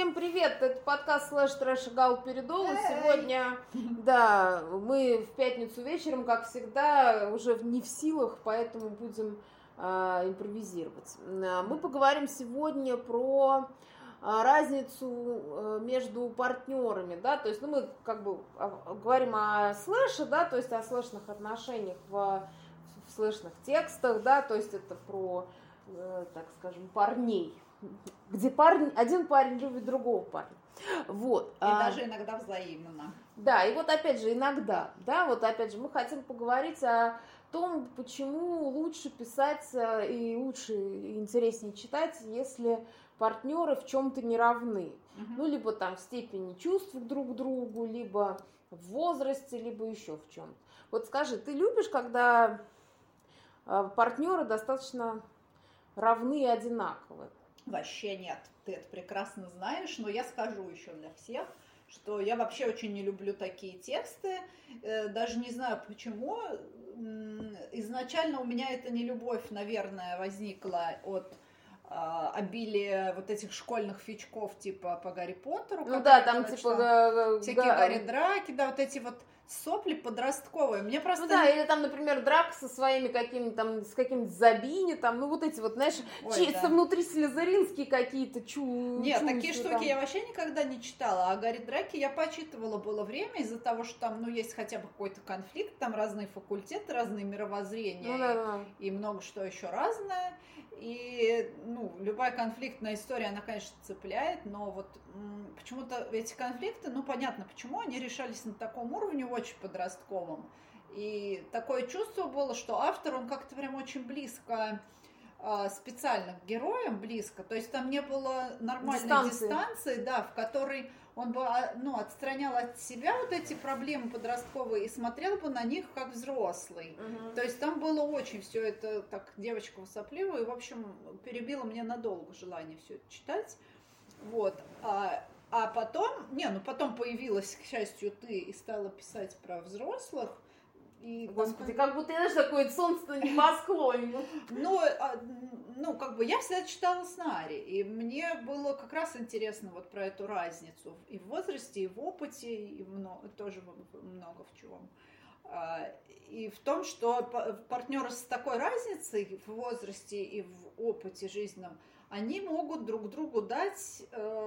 Всем привет! Это подкаст «Слэш Трэш и Гал Передол». Сегодня, да, мы в пятницу вечером, как всегда, уже не в силах, поэтому будем импровизировать. Мы поговорим сегодня про разницу между партнерами, да, то есть, мы как бы говорим о слэше, да, то есть о слэшных отношениях в слэшных текстах, да, то есть это про, так скажем, парней, где один парень любит другого парня. Вот. И даже иногда взаимно. Да, и вот опять же иногда, да, вот опять же мы хотим поговорить о том, почему лучше писать и лучше и интереснее читать, если партнеры в чем-то не равны. Ну, либо там в степени чувств друг к другу, либо в возрасте, либо еще в чем-то. Вот скажи, ты любишь, когда партнеры достаточно равны и одинаковы? Вообще нет, ты это прекрасно знаешь, но я скажу еще для всех, что я вообще очень не люблю такие тексты, даже не знаю почему. Изначально у меня эта нелюбовь, наверное, возникла от обилия вот этих школьных фичков типа по Гарри Поттеру. Ну да, там типа всякие Гарри Драки, да, вот эти вот сопли подростковые. Мне просто... Ну да, или там, например, драка со своими какими-то там, с каким-то Забини, там, ну вот эти вот, знаешь, чисто внутри слизеринские какие-то Нет, такие штуки там я вообще никогда не читала, а Гарри Драки я почитывала было время из-за того, что там, ну, есть хотя бы какой-то конфликт, там разные факультеты, разные мировоззрения, ну, да. И много что еще разное. И, ну, любая конфликтная история, она, конечно, цепляет, но вот почему-то эти конфликты, ну, понятно, почему они решались на таком уровне, очень подростковом. И такое чувство было, что автор, он как-то прям очень близко, специально к героям близко, то есть там не было нормальной дистанции, да, в которой он бы, ну, отстранял от себя вот эти проблемы подростковые и смотрел бы на них как взрослый. То есть там было очень все это так девочка сопливая, и, в общем, перебило мне надолго желание все это читать. Вот. А потом, потом появилась, к счастью, ты и стала писать про взрослых. И, Господи, как будто, знаешь, такое солнце на небосклоне. Ну, как бы я всегда читала сценарий, и мне было как раз интересно вот про эту разницу и в возрасте, и в опыте, и тоже много в чем. И в том, что партнеры с такой разницей в возрасте и в опыте жизненном, они могут друг другу дать,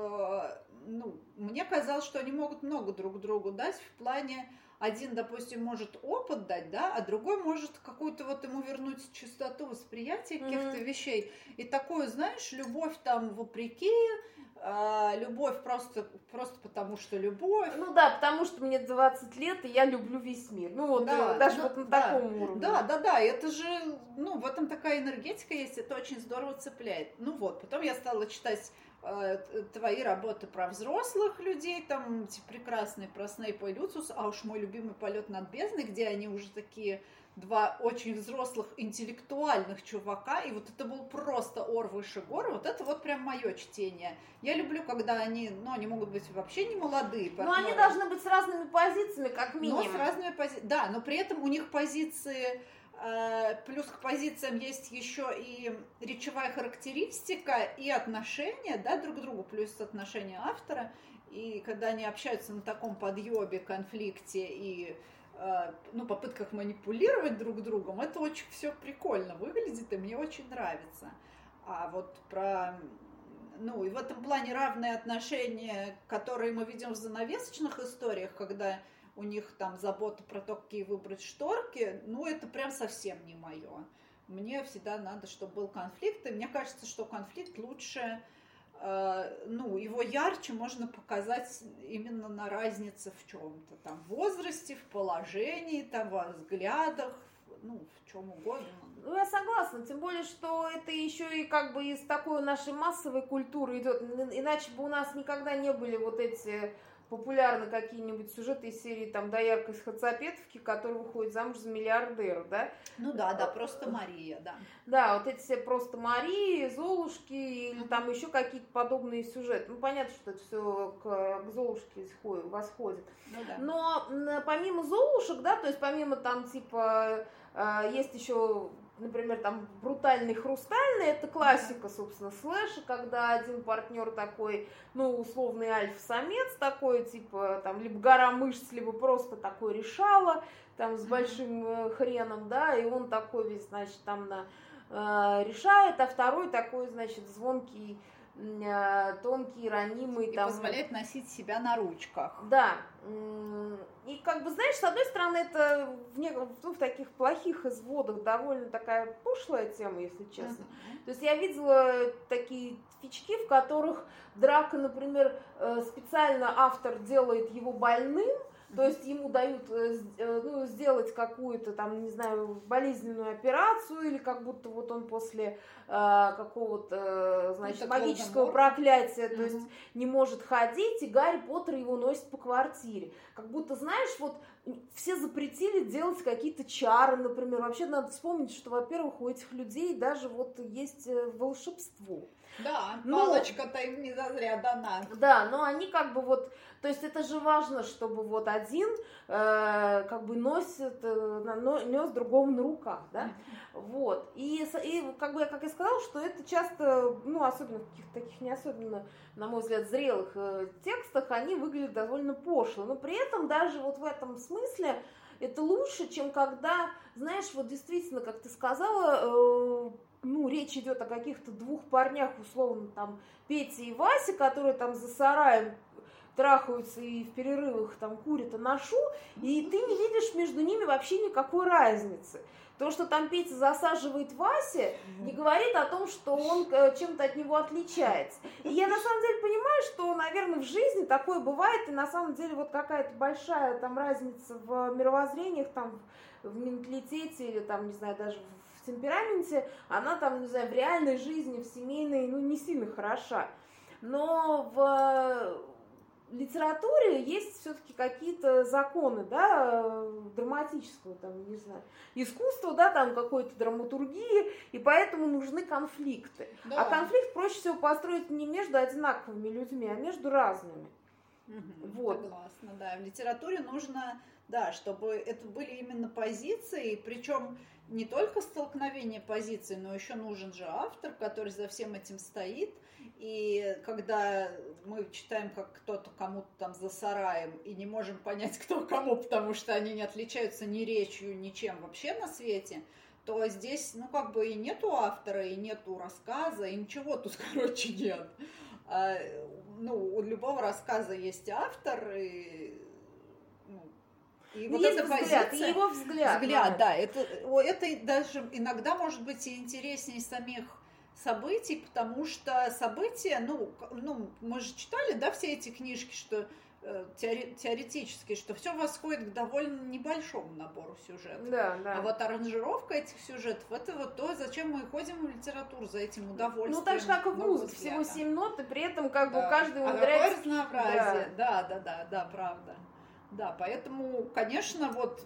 мне казалось, что они могут много друг другу дать в плане, один, допустим, может опыт дать, да, а другой может какую-то вот ему вернуть чистоту восприятия каких-то вещей. И такую, знаешь, любовь там вопреки, любовь просто потому, что любовь. Ну да, потому что мне 20 лет, и я люблю весь мир. Ну вот, да, даже вот на таком уровне. Да, это же, в этом такая энергетика есть, это очень здорово цепляет. Ну вот, потом я стала читать твои работы про взрослых людей, там эти прекрасные про Снейпа и Люциуса, а уж мой любимый «Полет над бездной», где они уже такие два очень взрослых интеллектуальных чувака, и вот это был просто ор выше гор, вот это вот прям мое чтение. Я люблю, когда они могут быть вообще не молодые партнеры. Но они должны быть с разными позициями, как минимум. Но с разными позициями, да, но при этом у них позиции... Плюс к позициям есть еще и речевая характеристика и отношения, да, друг к другу, плюс отношения автора. И когда они общаются на таком подъебе, конфликте и попытках манипулировать друг другом, это очень все прикольно выглядит, и мне очень нравится. А вот и в этом плане равные отношения, которые мы видим в занавесочных историях, когда у них там забота про то, какие выбрать шторки, это прям совсем не мое. Мне всегда надо, чтобы был конфликт, и мне кажется, что конфликт лучше, его ярче можно показать именно на разнице в чем-то, там, в возрасте, в положении, там, во взглядах, в чем угодно. Ну, я согласна, тем более, что это еще и как бы из такой нашей массовой культуры идет, иначе бы у нас никогда не были вот эти... популярны какие-нибудь сюжеты из серии там «Доярка из Хацапетовки», который выходит замуж за миллиардера, да? Ну да, «Просто Мария», да. Да, вот эти все «Просто Марии», «Золушки» или там еще какие-то подобные сюжеты. Ну, понятно, что это все к «Золушке» восходит. Ну, да. Но помимо «Золушек», да, то есть помимо там типа есть еще например, там брутальный хрустальный, это классика, собственно, слэша, когда один партнер такой, ну, условный альфа-самец такой, типа, там, либо гора мышц, либо просто такой решала, там, с большим хреном, да, и он такой весь, значит, там решает, а второй такой, значит, звонкий, тонкий, ранимый. И там, позволяет носить себя на ручках. Да. И как бы, знаешь, с одной стороны, это в таких плохих изводах довольно такая пошлая тема, если честно. То есть я видела такие фички, в которых драка, например, специально автор делает его больным, то есть ему дают сделать какую-то там, не знаю, болезненную операцию, или как будто вот он после какого-то, значит, магического проклятия, то есть не может ходить, и Гарри Поттер его носит по квартире. Как будто, знаешь, вот все запретили делать какие-то чары, например. Вообще надо вспомнить, что, во-первых, у этих людей даже вот есть волшебство. Да, палочка-то им не зазря дана. Да, но они как бы вот, то есть это же важно, чтобы вот один как бы нес другому на руках, да, вот, и как бы я как и сказала, что это часто, ну, особенно в каких-то таких не особенно, на мой взгляд, зрелых текстах, они выглядят довольно пошло, но при этом даже вот в этом смысле это лучше, чем когда, знаешь, вот действительно, как ты сказала, ну, речь идет о каких-то двух парнях, условно, там, Пете и Васе, которые там за сараем трахаются и в перерывах там курят и ношу, и ты не видишь между ними вообще никакой разницы. То, что там Петя засаживает Васе, не говорит о том, что он чем-то от него отличается. И я на самом деле понимаю, что, наверное, в жизни такое бывает, и на самом деле вот какая-то большая там разница в мировоззрениях, там, в менталитете или там, не знаю, даже в темпераменте, она там, не знаю, в реальной жизни, в семейной, ну, не сильно хороша. Но в литературе есть все-таки какие-то законы, да, драматического, там, не знаю, искусства, да, там, какой-то драматургии, и поэтому нужны конфликты. Да. А конфликт проще всего построить не между одинаковыми людьми, а между разными. Вот. Согласна, да. В литературе нужно, да, чтобы это были именно позиции, причем не только столкновение позиций, но еще нужен же автор, который за всем этим стоит. И когда мы читаем, как кто-то кому-то там за сараем, и не можем понять, кто кому, потому что они не отличаются ни речью, ничем вообще на свете, то здесь, ну, как бы и нету автора, и нету рассказа, и ничего тут, короче, нет. Ну, у любого рассказа есть автор, и вот есть эта взгляд, позиция, его взгляд, да, это даже иногда может быть и интереснее самих событий, потому что события, ну, мы же читали, да, все эти книжки, что теоретически, что все восходит к довольно небольшому набору сюжетов. Да, да. А вот аранжировка этих сюжетов, это вот то, зачем мы ходим в литературу, за этим удовольствием. Ну, так же, как и в музыке, всего 7 нот, и при этом как бы каждый умудряется... разнообразие, да, правда. Да, поэтому, конечно, вот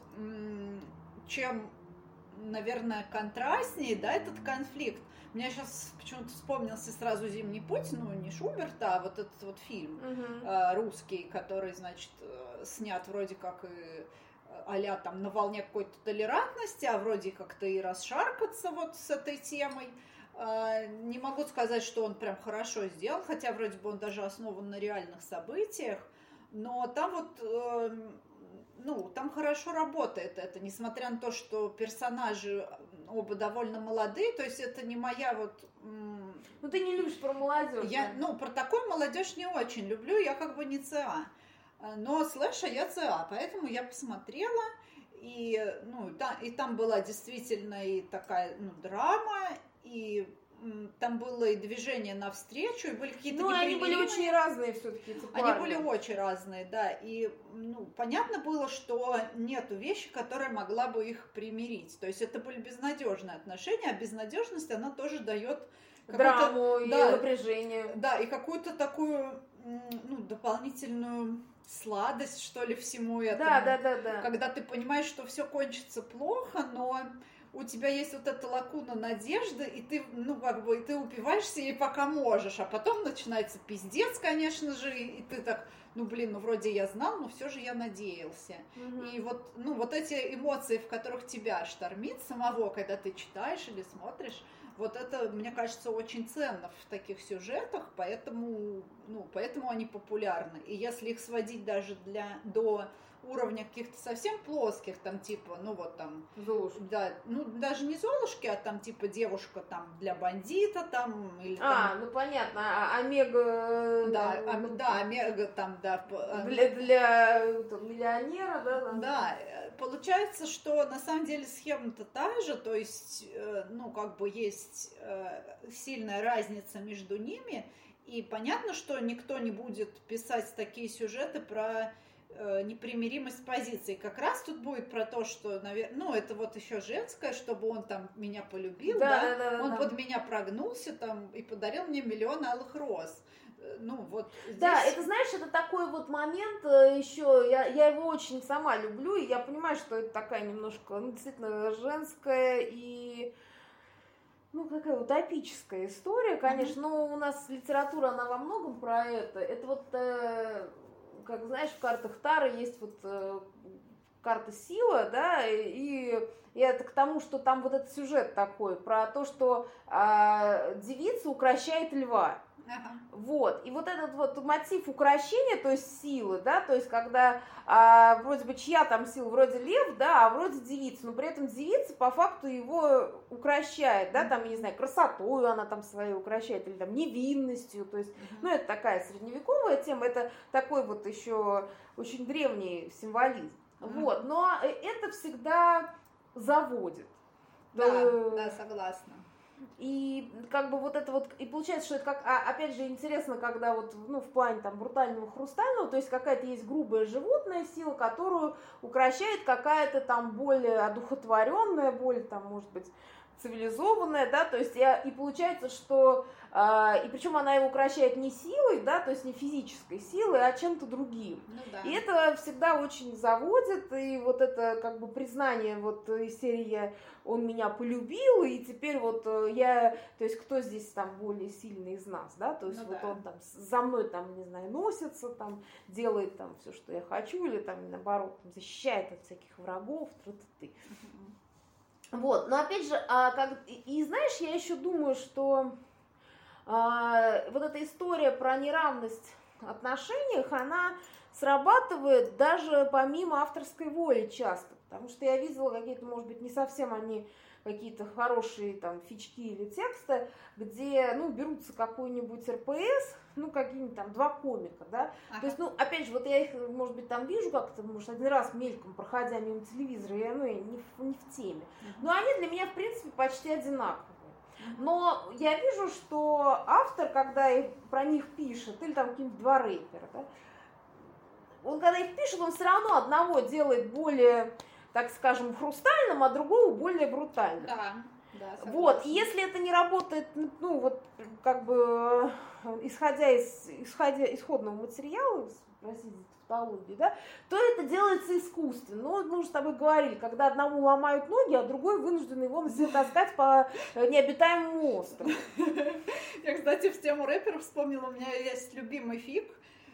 чем, наверное, контрастнее, да, этот конфликт. Мне сейчас почему-то вспомнился сразу «Зимний путь», ну, не Шуберта, а вот этот вот фильм русский, который, значит, снят вроде как и а-ля там на волне какой-то толерантности, а вроде как-то и расшаркаться вот с этой темой. Не могу сказать, что он прям хорошо сделан, хотя вроде бы он даже основан на реальных событиях, но там вот, ну, там хорошо работает это, несмотря на то, что персонажи оба довольно молодые, то есть это не моя вот... Ну, ты не любишь про молодежь. Про такую молодежь не очень люблю, я как бы не ЦА. Но слэша я ЦА, поэтому я посмотрела, и там была действительно и такая, драма, и там было и движение навстречу, и были какие-то непримиримые... они были очень разные все-таки. Они были очень разные, да. И понятно было, что нету вещи, которая могла бы их примирить. То есть это были безнадежные отношения, а безнадежность, она тоже дает драму и напряжение. Да, и какую-то такую дополнительную сладость, что ли, всему этому. Да. Когда ты понимаешь, что все кончится плохо, но у тебя есть вот эта лакуна надежды, и ты, ну, как бы, и ты упиваешься ей пока можешь, а потом начинается пиздец, конечно же, и ты так, ну, блин, ну, вроде я знал, но все же я надеялся. И вот, ну, вот эти эмоции, в которых тебя штормит самого, когда ты читаешь или смотришь, вот это, мне кажется, очень ценно в таких сюжетах, поэтому, ну, поэтому они популярны. И если их сводить даже до уровня каких-то совсем плоских, там типа, ну вот там, Золушки. да, ну даже не Золушки, а там типа девушка там для бандита там, или там... ну понятно, Омега... Да, Омега там, да. Для миллионера, да? Там. Да, получается, что на самом деле схема-то та же, то есть, ну как бы есть сильная разница между ними, и понятно, что никто не будет писать такие сюжеты про непримиримость позиций. Как раз тут будет про то, что, ну, это вот еще женское, чтобы он там меня полюбил, да? Он под меня прогнулся там и подарил мне 1 000 000 алых роз. Ну, вот здесь... Да, это, знаешь, это такой вот момент еще, я его очень сама люблю, и я понимаю, что это такая немножко, ну, действительно, женская и... Ну, какая утопическая история, конечно, но у нас литература, она во многом про это. Это вот, как знаешь, в картах Тары есть вот карта сила, да, и это к тому, что там вот этот сюжет такой, про то, что девица укрощает льва. Ага. Вот, и вот этот вот мотив укрощения, то есть силы, да, то есть когда вроде бы чья там сила, вроде лев, да, а вроде девица, но при этом девица по факту его укрощает, да, там, я не знаю, красотою она там своей укрощает, или там невинностью, то есть, ну, это такая средневековая тема, это такой вот еще очень древний символизм, вот, но это всегда заводит. Да, согласна. И как бы вот это вот, и получается, что это как, опять же, интересно, когда вот, ну, в плане там брутального хрустального, то есть какая-то есть грубая животная сила, которую укрощает какая-то там более одухотворенная, более там, может быть, цивилизованная, да, то есть и получается, что, и причем она его укрощает не силой, да, то есть не физической силой, а чем-то другим. Ну, да. И это всегда очень заводит, и вот это как бы признание вот из серии «Он меня полюбил», и теперь вот я, то есть кто здесь там более сильный из нас, да, то есть вот он там за мной там, не знаю, носится, там делает там все, что я хочу, или там наоборот там, защищает от всяких врагов, тры-ты-ты. Вот, но опять же, и знаешь, я еще думаю, что вот эта история про неравность в отношениях, она срабатывает даже помимо авторской воли часто, потому что я видела какие-то, может быть, не совсем они какие-то хорошие там фички или тексты, где, ну, берутся какой-нибудь РПС, ну, какие-нибудь там 2 комика, да, то есть, ну, опять же, вот я их, может быть, там вижу как-то, может, один раз мельком, проходя мимо телевизора, я, ну, не в теме, но они для меня, в принципе, почти одинаковые. Но я вижу, что автор, когда про них пишет, или там какие-нибудь 2 рэпера, да, он когда их пишет, он все равно одного делает более, так скажем, хрустальным, а другого более брутальным. Да, вот, и если это не работает, ну, вот, как бы, исходя из исходного материала, простите, тавтологии, да, то это делается искусственно. Ну, мы уже с тобой говорили, когда одному ломают ноги, а другой вынужден его на себе таскать по необитаемому острову. Я, кстати, в тему рэперов вспомнила, у меня есть любимый фиг,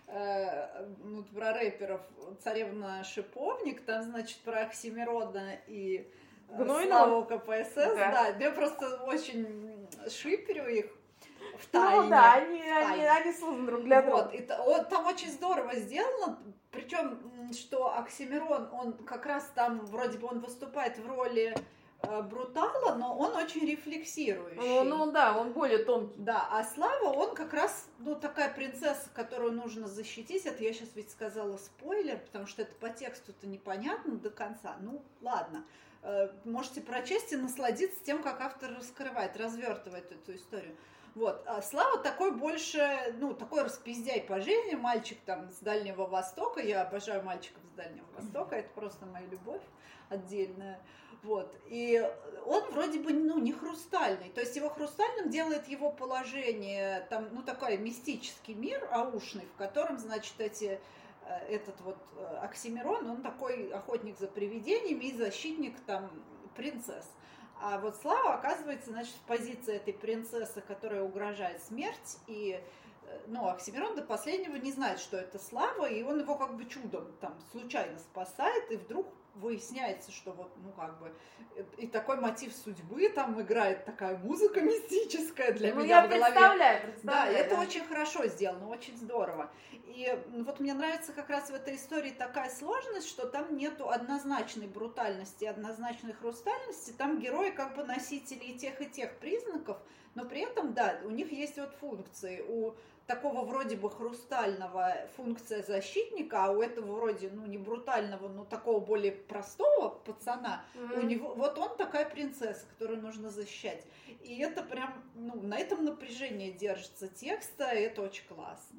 ну, про рэперов, «Царевна Шиповник», там, значит, про Оксимирона и Славу КПСС, да, я просто очень шиперю их в тайне. Ну да, они созданы друг для друга. Вот, и там очень здорово сделано, причем, что Оксимирон, он как раз там, вроде бы он выступает в роли брутала, но он очень рефлексирующий. Ну да, он более тонкий. Да, а Слава, он как раз, ну, такая принцесса, которую нужно защитить. Это я сейчас ведь сказала спойлер, потому что это по тексту-то непонятно до конца. Ну, ладно. Можете прочесть и насладиться тем, как автор раскрывает, развертывает эту историю. Вот. А Слава такой больше, ну, такой распиздяй по жизни, мальчик там с Дальнего Востока. Я обожаю мальчиков с Дальнего Востока, это просто моя любовь отдельная. Вот. И он вроде бы, ну, не хрустальный. То есть его хрустальным делает его положение, там, ну, такой мистический мир аушный, в котором, значит, этот вот Оксимирон, он такой охотник за привидениями и защитник там принцесс. А вот Слава оказывается, значит, в позиции этой принцессы, которая угрожает смерть, и Оксимирон до последнего не знает, что это Слава, и он его как бы чудом там случайно спасает, и вдруг выясняется, что вот, и такой мотив судьбы, там играет такая музыка мистическая для меня в голове. Представляю. Да, это очень хорошо сделано, очень здорово. И вот мне нравится как раз в этой истории такая сложность, что там нету однозначной брутальности, однозначной хрустальности, там герои как бы носители и тех признаков, но при этом, да, у них есть вот функции. У такого вроде бы хрустального функция защитника, а у этого вроде, не брутального, но такого более простого пацана, у него, вот он такая принцесса, которую нужно защищать. И это прям, на этом напряжении держится текста, и это очень классно.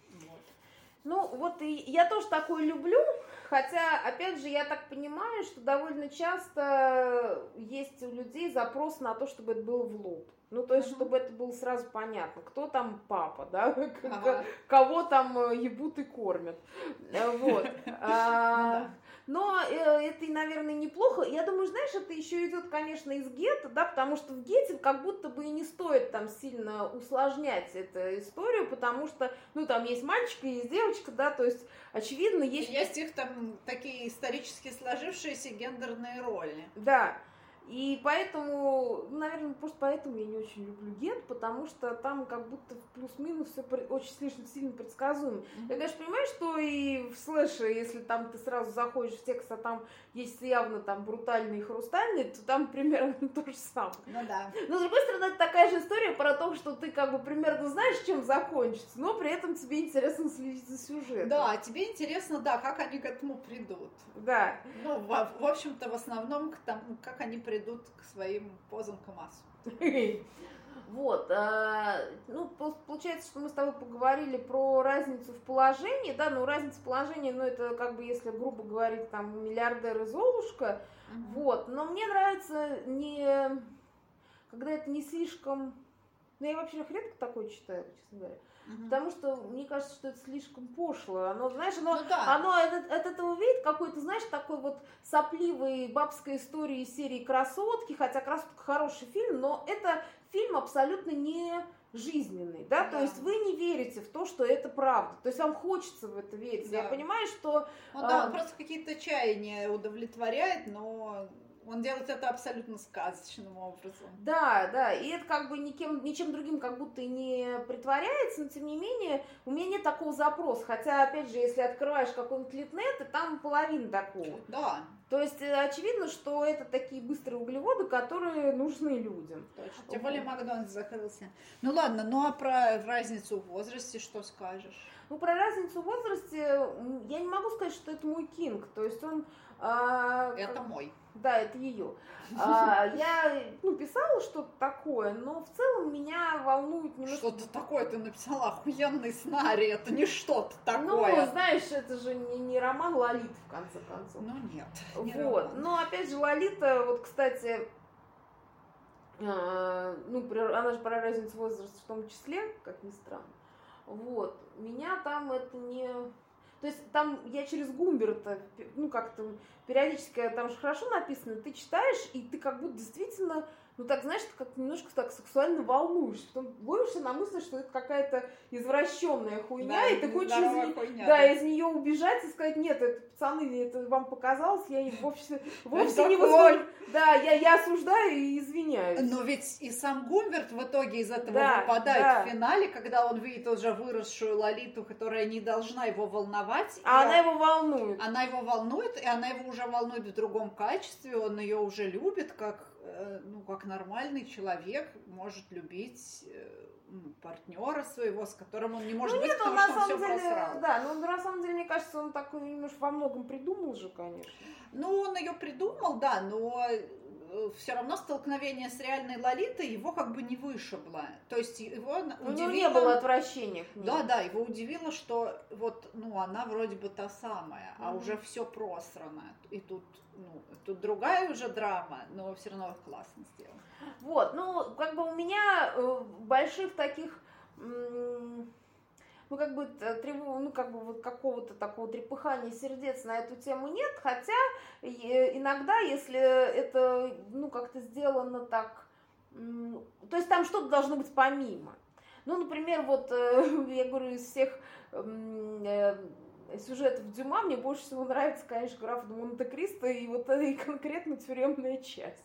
И я тоже такое люблю, хотя, опять же, я так понимаю, что довольно часто есть у людей запрос на то, чтобы это было в лоб. То есть, чтобы это было сразу понятно, кто там папа, да, кого там ебут и кормят. Вот. Но это, наверное, неплохо. Я думаю, знаешь, это еще идет, конечно, из Гетте, да, потому что в Гетте как будто бы и не стоит там сильно усложнять эту историю, потому что, там есть мальчик и есть девочка, да, то есть, очевидно, есть... Есть их там такие исторически сложившиеся гендерные роли. Да. И поэтому, наверное, просто поэтому я не очень люблю Гетте, потому что там как будто плюс-минус все очень слишком сильно предсказуемо. Я, конечно, понимаю, что и в слэше, если там ты сразу заходишь в текст, а там есть явно там брутальный и хрустальный, то там примерно то же самое. Да. Но, с другой стороны, это такая же история про то, что ты как бы примерно знаешь, чем закончится, но при этом тебе интересно следить за сюжетом. Да, тебе интересно, да, как они к этому придут. Да. В общем-то, в основном к тому, как они придут к своим позам КамАЗу. Вот, получается, что мы с тобой поговорили про разницу в положении, да, разница в положении, это как бы, если грубо говорить, там, миллиардер и Золушка, вот, но мне нравится когда это не слишком, я вообще редко такое читаю, честно говоря, потому что мне кажется, что это слишком пошло. Оно, знаешь, оно от этого веет какой-то, знаешь, такой вот сопливой бабской истории из серии «Красотки», хотя «Красотка» хороший фильм, но это фильм абсолютно не жизненный, да, то есть вы не верите в то, что это правда, то есть вам хочется в это верить. Я понимаю, что... он просто какие-то чаяния удовлетворяет, но... Он делает это абсолютно сказочным образом. Да, и это как бы ничем другим как будто и не притворяется, но тем не менее у меня нет такого запроса. Хотя, опять же, если открываешь какой-нибудь литнет, и там половина такого. Да. То есть очевидно, что это такие быстрые углеводы, которые нужны людям. Точно. Тем более Макдональдс закрылся. Ладно, а про разницу в возрасте что скажешь? Про разницу в возрасте я не могу сказать, что это мой кинг. То есть он... это мой. Да, это ее. Я писала что-то такое, но в целом меня волнует немножко... Что-то такое ты написала, охуенный сценарий, это не что-то такое. Знаешь, это же не роман Лолиты, в конце концов. Нет. Вот. Но опять же, Лолита, вот, кстати, она же про разницу возраста в том числе, как ни странно. Вот. Меня там это не... То есть там я через Гумберта, как-то периодически, там же хорошо написано, ты читаешь, и ты как будто действительно, так, знаешь, ты как немножко так сексуально волнуешься, потом ловишься на мысли, что это какая-то извращенная хуйня, да, и ты хочешь из нее убежать и сказать, нет, это, пацаны, это вам показалось, я вовсе не возможно. Да, я осуждаю и извиняюсь. Но ведь и сам Гумберт в итоге из этого выпадает в финале, когда он видит уже выросшую Лолиту, которая не должна его волновать. Она его волнует. Она его волнует, и она его уже волнует в другом качестве, он ее уже любит, как нормальный человек может любить партнера своего, с которым он не может быть, потому что он все просрал. Да, но на самом деле, мне кажется, он такой немножко во многом придумал же, конечно. Он ее придумал, да, но все равно столкновение с реальной Лолитой его как бы не вышибло. То есть его удивило... У него не было отвращения к ней. Да, его удивило, что она вроде бы та самая, а уже все просрано. И тут другая уже драма, но все равно классно сделано. Вот, как бы у меня больших таких... ну, как бы, ну, как бы, вот какого-то такого трепыхания сердец на эту тему нет, хотя иногда, если это, ну, как-то сделано так, то есть там что-то должно быть помимо. Ну, например, вот, я говорю, из всех сюжетов Дюма мне больше всего нравится, конечно, «Граф де Монте-Кристо» и вот и конкретно тюремная часть.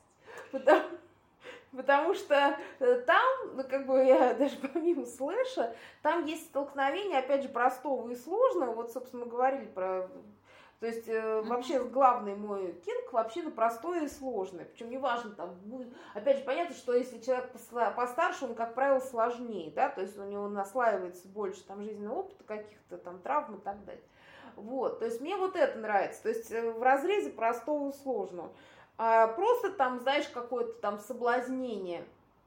Потому что там, ну, как бы, я даже помимо слэша, там есть столкновение, опять же, простого и сложного. Вот, собственно, мы говорили про... То есть, вообще, главный мой кинг вообще на простое и сложное. Причем неважно, там, будет... Опять же, понятно, что если человек постарше, он, как правило, сложнее, да, то есть у него наслаивается больше там жизненного опыта, каких-то там травм и так далее. Вот, то есть мне вот это нравится, то есть в разрезе простого и сложного. А просто там, знаешь, какое-то там соблазнение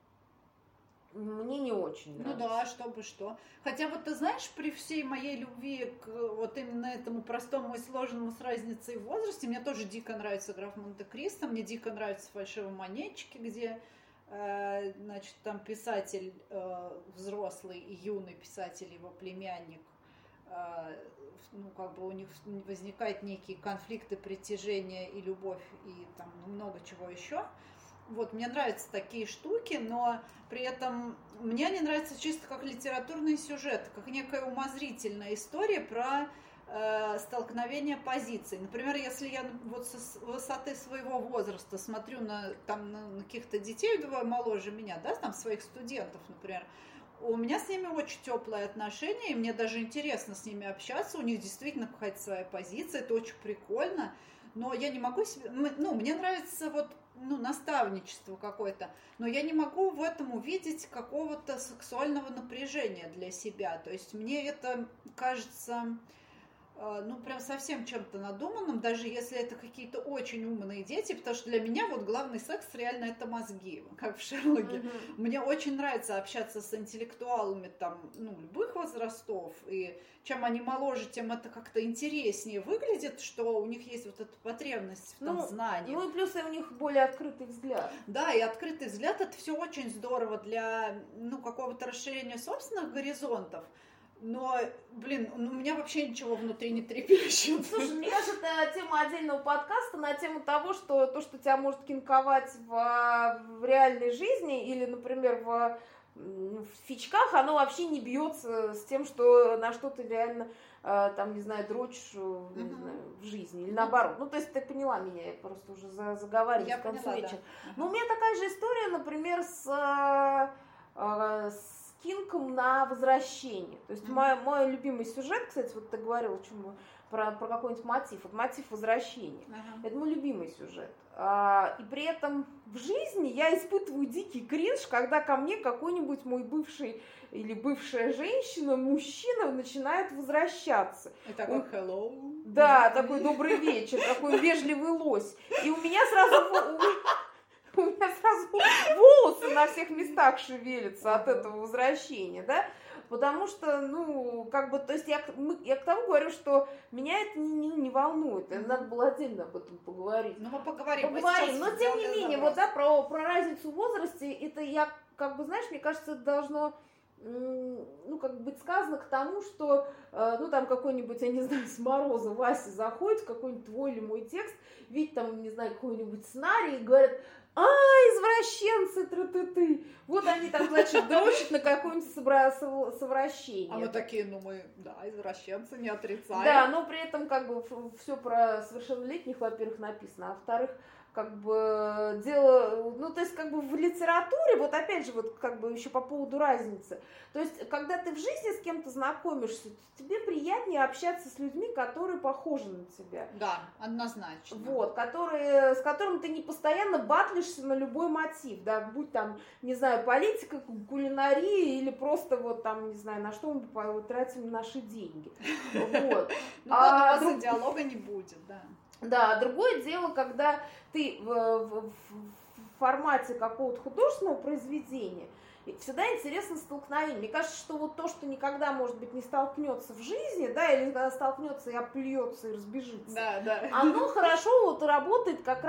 мне не очень нравится. Ну да, чтобы что. Хотя вот ты знаешь, при всей моей любви к вот именно этому простому и сложному с разницей в возрасте, мне тоже дико нравится «Граф Монте-Кристо», мне дико нравятся «Фальшивые монетчики», где, значит, там писатель взрослый и юный писатель, его племянник, ну, как бы у них возникают некие конфликты притяжения и любовь, и там много чего еще. Вот, мне нравятся такие штуки, но при этом мне они нравятся чисто как литературный сюжет, как некая умозрительная история про столкновение позиций. Например, если я вот с высоты своего возраста смотрю на каких-то детей, вдвое моложе меня, да, там своих студентов, например, у меня с ними очень теплые отношения, и мне даже интересно с ними общаться, у них действительно какая-то своя позиция, это очень прикольно, но я не могу себе, ну, мне нравится вот, ну, наставничество какое-то, но я не могу в этом увидеть какого-то сексуального напряжения для себя, то есть мне это кажется, ну, прям совсем чем-то надуманным, даже если это какие-то очень умные дети, потому что для меня вот главный секс реально это мозги, как в Шерлоке. Mm-hmm. Мне очень нравится общаться с интеллектуалами там, ну, любых возрастов, и чем они моложе, тем это как-то интереснее выглядит, что у них есть вот эта потребность в том знании. Ну и плюс у них более открытый взгляд. Да, и открытый взгляд, это все очень здорово для, ну, какого-то расширения собственных горизонтов. Но, блин, у меня вообще ничего внутри не трепещет. Слушай, мне кажется, это тема отдельного подкаста на тему того, что то, что тебя может кинковать в реальной жизни или, например, в фичках, оно вообще не бьется с тем, что на что ты реально, там, не знаю, дрочишь не знаю, в жизни, или наоборот. Ну, то есть ты поняла меня, я просто уже заговариваю к концу вечера. Да. Но у меня такая же история, например, с кинком на возвращение. То есть мой любимый сюжет, кстати, вот ты говорила про какой-нибудь мотив. Вот мотив возвращения. Это мой любимый сюжет. И при этом в жизни я испытываю дикий кринж, когда ко мне какой-нибудь мой бывший или бывшая женщина, мужчина начинает возвращаться. И такой hello. Да, такой добрый вечер, такой вежливый лось. И у меня сразу волосы на всех местах шевелятся от этого возвращения, да, потому что, ну, как бы, то есть я к тому говорю, что меня это не волнует, надо было отдельно об этом поговорить. Ну, мы поговорим, но тем не менее, вот, да, про разницу в возрасте, это я, как бы, знаешь, мне кажется, это должно, ну, как бы быть сказано к тому, что, ну, там какой-нибудь, я не знаю, с Мороза Вася заходит в какой-нибудь твой или мой текст, видит там, не знаю, какой-нибудь сценарий и говорит: извращенцы, тры-ты-ты. Вот они там, значит, дрочат на какое-нибудь совращение. А мы такие, ну мы, да, извращенцы, не отрицаем. Да, но при этом как бы все про совершеннолетних, во-первых, написано, а во-вторых, как бы дело, ну, то есть, как бы в литературе, вот опять же, вот как бы еще по поводу разницы, то есть, когда ты в жизни с кем-то знакомишься, тебе приятнее общаться с людьми, которые похожи на тебя. Да, однозначно. Вот, с которым ты не постоянно батлишься на любой мотив, да, будь там, не знаю, политика, кулинария или просто вот там, не знаю, на что мы тратим наши деньги. Вот. Ну, у вас диалога не будет, да. Да, другое дело, когда ты в формате какого-то художественного произведения, всегда интересно столкновение. Мне кажется, что вот то, что никогда, может быть, не столкнется в жизни, да, или когда столкнется и оплюется и разбежится, да. оно хорошо вот работает как раз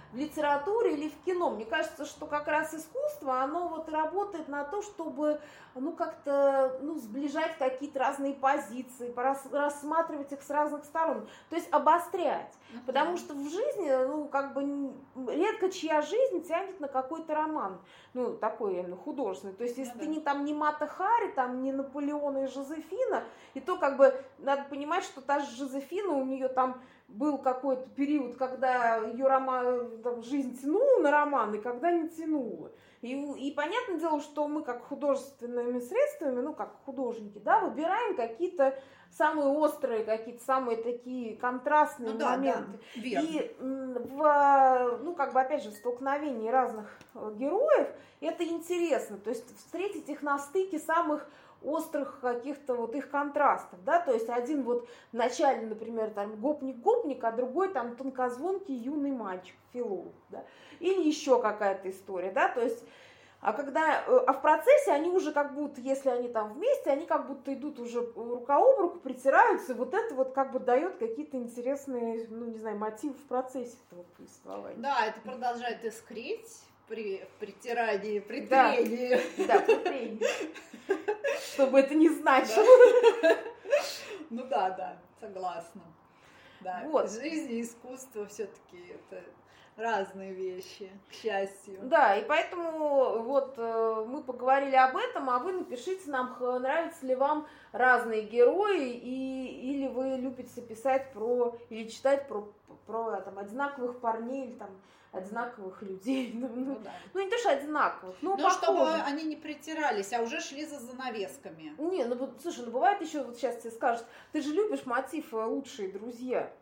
в литературе или в кино. Мне кажется, что как раз искусство, оно вот работает на то, чтобы, ну, как-то, ну, сближать какие-то разные позиции, рассматривать их с разных сторон, то есть обострять. Потому что в жизни, ну, как бы редко чья жизнь тянет на какой-то роман, ну, такой именно художественный. То есть, если ты не Мата Хари, там, не Наполеон и Жозефина, и то, как бы, надо понимать, что та же Жозефина, у нее там был какой-то период, когда ее там, жизнь тянула на роман, и когда не тянула. И понятное дело, что мы как художественными средствами, ну, как художники, да, выбираем какие-то самые острые, какие-то самые такие контрастные моменты. Да, верно. И ну, как бы, опять же, в столкновении разных героев это интересно. То есть встретить их на стыке самых острых каких-то вот их контрастов, да, то есть один вот вначале, например, там гопник-гопник, а другой там тонкозвонкий юный мальчик, филолог, да, или еще какая-то история, да, то есть, а в процессе они уже как будто, если они там вместе, они как будто идут уже рука об руку, притираются, и вот это вот как бы дает какие-то интересные, ну, не знаю, мотивы в процессе этого повествования. Да, это продолжает искрить при притирании, при трении. Да, при трении. Что бы это ни значило. Ну да, согласна. Да, вот. Жизнь и искусство все-таки это разные вещи, к счастью. Да, и поэтому вот мы поговорили об этом, а вы напишите нам, нравятся ли вам разные герои, или вы любите писать или читать про там, одинаковых парней, или там одинаковых людей. Ну, не то, что одинаковых, но чтобы они не притирались, а уже шли за занавесками. Не, слушай, бывает еще, вот сейчас тебе скажут, ты же любишь мотив «Лучшие друзья».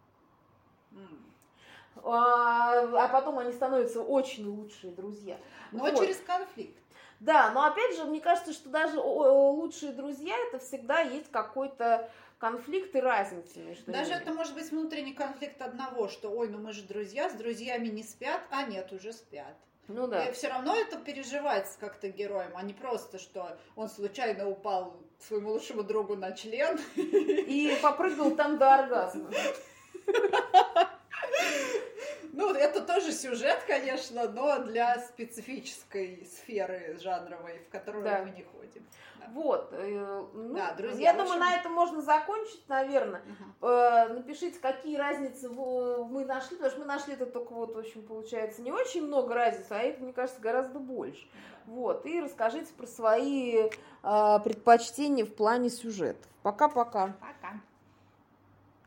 А потом они становятся очень лучшие друзья. Но через конфликт. Да, но опять же, мне кажется, что даже лучшие друзья, это всегда есть какой-то конфликт и разница между Даже ними. это может быть внутренний конфликт одного, что, ой, ну мы же друзья, с друзьями не спят, а нет, уже спят. Ну да. И все равно это переживается как-то героем, а не просто, что он случайно упал своему лучшему другу на член. И попрыгал там до оргазма. Ну, это тоже сюжет, конечно, но для специфической сферы жанровой, в которую мы не ходим. Да. Вот. Да, друзья, я думаю, на этом можно закончить, наверное. Напишите, какие разницы мы нашли, потому что мы нашли это только вот, в общем, получается, не очень много разниц, а их, мне кажется, гораздо больше. Вот. И расскажите про свои предпочтения в плане сюжетов. Пока-пока. Пока.